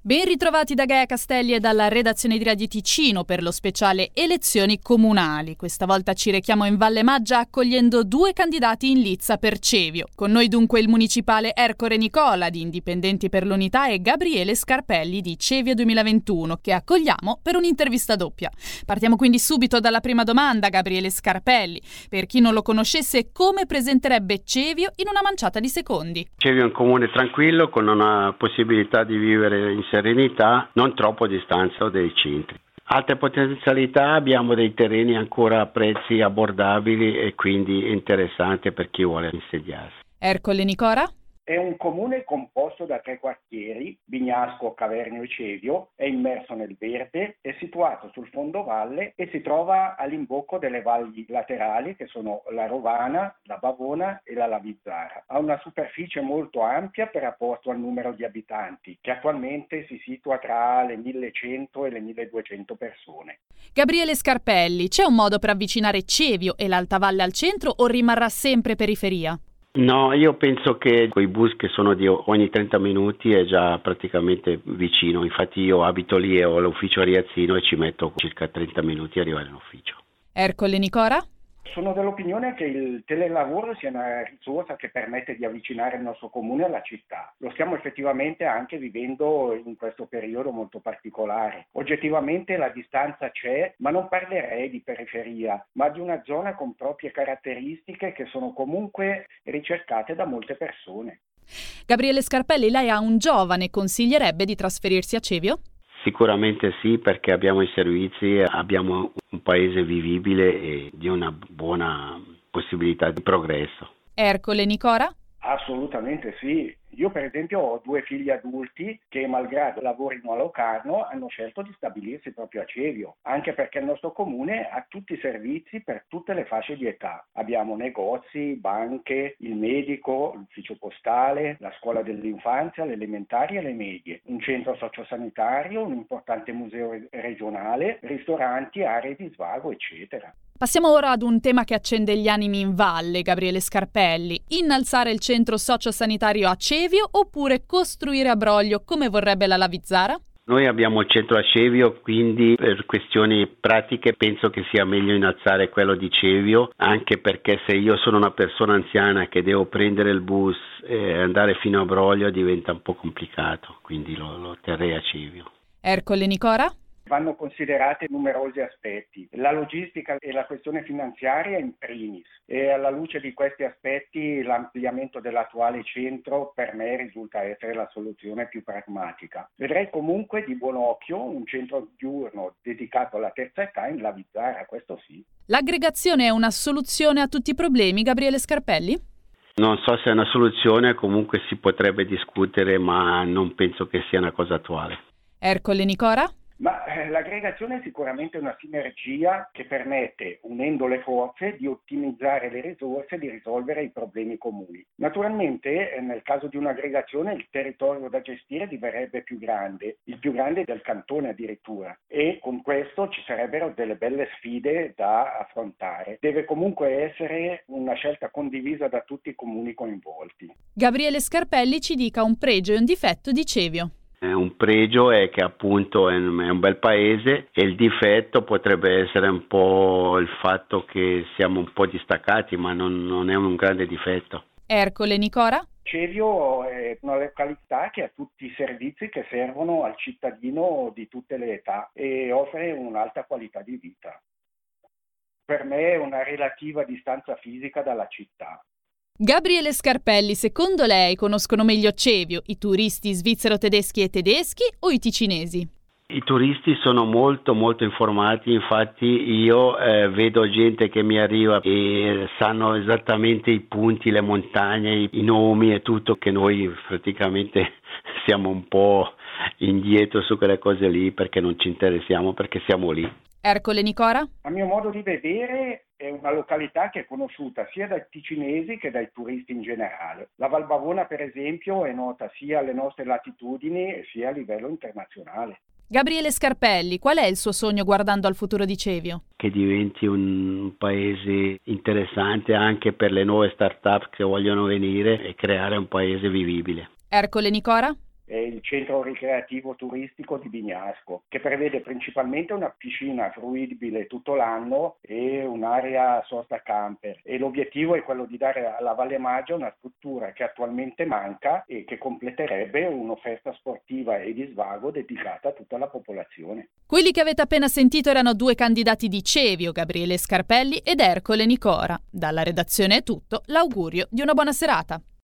Ben ritrovati da Gaia Castelli e dalla redazione di Radio Ticino per lo speciale Elezioni Comunali. Questa volta ci rechiamo in Valle Maggia accogliendo 2 candidati in lizza per Cevio. Con noi dunque il municipale Ercore Nicola di Indipendenti per l'Unità e Gabriele Scarpelli di Cevio 2021 che accogliamo per un'intervista doppia. Partiamo quindi subito dalla prima domanda, Gabriele Scarpelli. Per chi non lo conoscesse, come presenterebbe Cevio in una manciata di secondi? Cevio è un comune tranquillo con una possibilità di vivere in serenità, non troppo a distanza dai centri. Altre potenzialità, abbiamo dei terreni ancora a prezzi abbordabili e quindi interessante per chi vuole insediarsi. Ercole Nicora? È un comune composto da 3 quartieri, Bignasco, Cavernio e Cevio, è immerso nel verde, è situato sul fondovalle e si trova all'imbocco delle valli laterali che sono la Rovana, la Bavona e la Lavizzara. Ha una superficie molto ampia per rapporto al numero di abitanti, che attualmente si situa tra le 1100 e le 1200 persone. Gabriele Scarpelli, c'è un modo per avvicinare Cevio e l'Alta Valle al centro o rimarrà sempre periferia? No, io penso che quei bus che sono di ogni 30 minuti è già praticamente vicino, infatti io abito lì e ho l'ufficio a Riazzino e ci metto circa 30 minuti a arrivare in ufficio. Ercole Nicora? Sono dell'opinione che il telelavoro sia una risorsa che permette di avvicinare il nostro comune alla città. Lo stiamo effettivamente anche vivendo in questo periodo molto particolare. Oggettivamente la distanza c'è, ma non parlerei di periferia, ma di una zona con proprie caratteristiche che sono comunque ricercate da molte persone. Gabriele Scarpelli, lei a un giovane consiglierebbe di trasferirsi a Cevio? Sicuramente sì, perché abbiamo i servizi, abbiamo un paese vivibile e di una buona possibilità di progresso. Ercole Nicora? Assolutamente sì. Io per esempio ho 2 figli adulti che malgrado lavorino a Locarno hanno scelto di stabilirsi proprio a Cevio, anche perché il nostro comune ha tutti i servizi per tutte le fasce di età. Abbiamo negozi, banche, il medico, l'ufficio postale, la scuola dell'infanzia, le elementari e le medie, un centro sociosanitario, un importante museo regionale, ristoranti, aree di svago, eccetera. Passiamo ora ad un tema che accende gli animi in valle, Gabriele Scarpelli. Innalzare il centro sociosanitario a Cevio oppure costruire a Broglio come vorrebbe la Lavizzara? Noi abbiamo il centro a Cevio, quindi per questioni pratiche penso che sia meglio innalzare quello di Cevio, anche perché se io sono una persona anziana che devo prendere il bus e andare fino a Broglio diventa un po' complicato, quindi lo terrei a Cevio. Ercole Nicora? Vanno considerati numerosi aspetti. La logistica e la questione finanziaria in primis e alla luce di questi aspetti l'ampliamento dell'attuale centro per me risulta essere la soluzione più pragmatica. Vedrei comunque di buon occhio un centro diurno dedicato alla terza età in Lavizzara, questo sì. L'aggregazione è una soluzione a tutti i problemi, Gabriele Scarpelli? Non so se è una soluzione, comunque si potrebbe discutere, ma non penso che sia una cosa attuale. Ercole Nicora? Ma l'aggregazione è sicuramente una sinergia che permette, unendo le forze, di ottimizzare le risorse e di risolvere i problemi comuni. Naturalmente, nel caso di un'aggregazione, il territorio da gestire diverrebbe più grande, il più grande del cantone addirittura, e con questo ci sarebbero delle belle sfide da affrontare. Deve comunque essere una scelta condivisa da tutti i comuni coinvolti. Gabriele Scarpelli ci dica un pregio e un difetto di Cevio. Un pregio è che appunto è un bel paese e il difetto potrebbe essere un po' il fatto che siamo un po' distaccati, ma non è un grande difetto. Ercole Nicora? Cevio è una località che ha tutti i servizi che servono al cittadino di tutte le età e offre un'alta qualità di vita. Per me è una relativa distanza fisica dalla città. Gabriele Scarpelli, secondo lei conoscono meglio Cevio i turisti svizzero-tedeschi e tedeschi o i ticinesi? I turisti sono molto informati, infatti io vedo gente che mi arriva e sanno esattamente i punti, le montagne, i nomi e tutto, che noi praticamente siamo un po' indietro su quelle cose lì perché non ci interessiamo, perché siamo lì. Ercole Nicora? A mio modo di vedere è una località che è conosciuta sia dai ticinesi che dai turisti in generale. La Val Bavona, per esempio, è nota sia alle nostre latitudini sia a livello internazionale. Gabriele Scarpelli, qual è il suo sogno guardando al futuro di Cevio? Che diventi un paese interessante anche per le nuove start-up che vogliono venire e creare un paese vivibile. Ercole Nicora? è il centro ricreativo turistico di Bignasco, che prevede principalmente una piscina fruibile tutto l'anno e un'area sosta camper, e l'obiettivo è quello di dare alla Valle Maggia una struttura che attualmente manca e che completerebbe un'offerta sportiva e di svago dedicata a tutta la popolazione. Quelli che avete appena sentito erano due candidati di Cevio, Gabriele Scarpelli ed Ercole Nicora. Dalla redazione è tutto, l'augurio di una buona serata.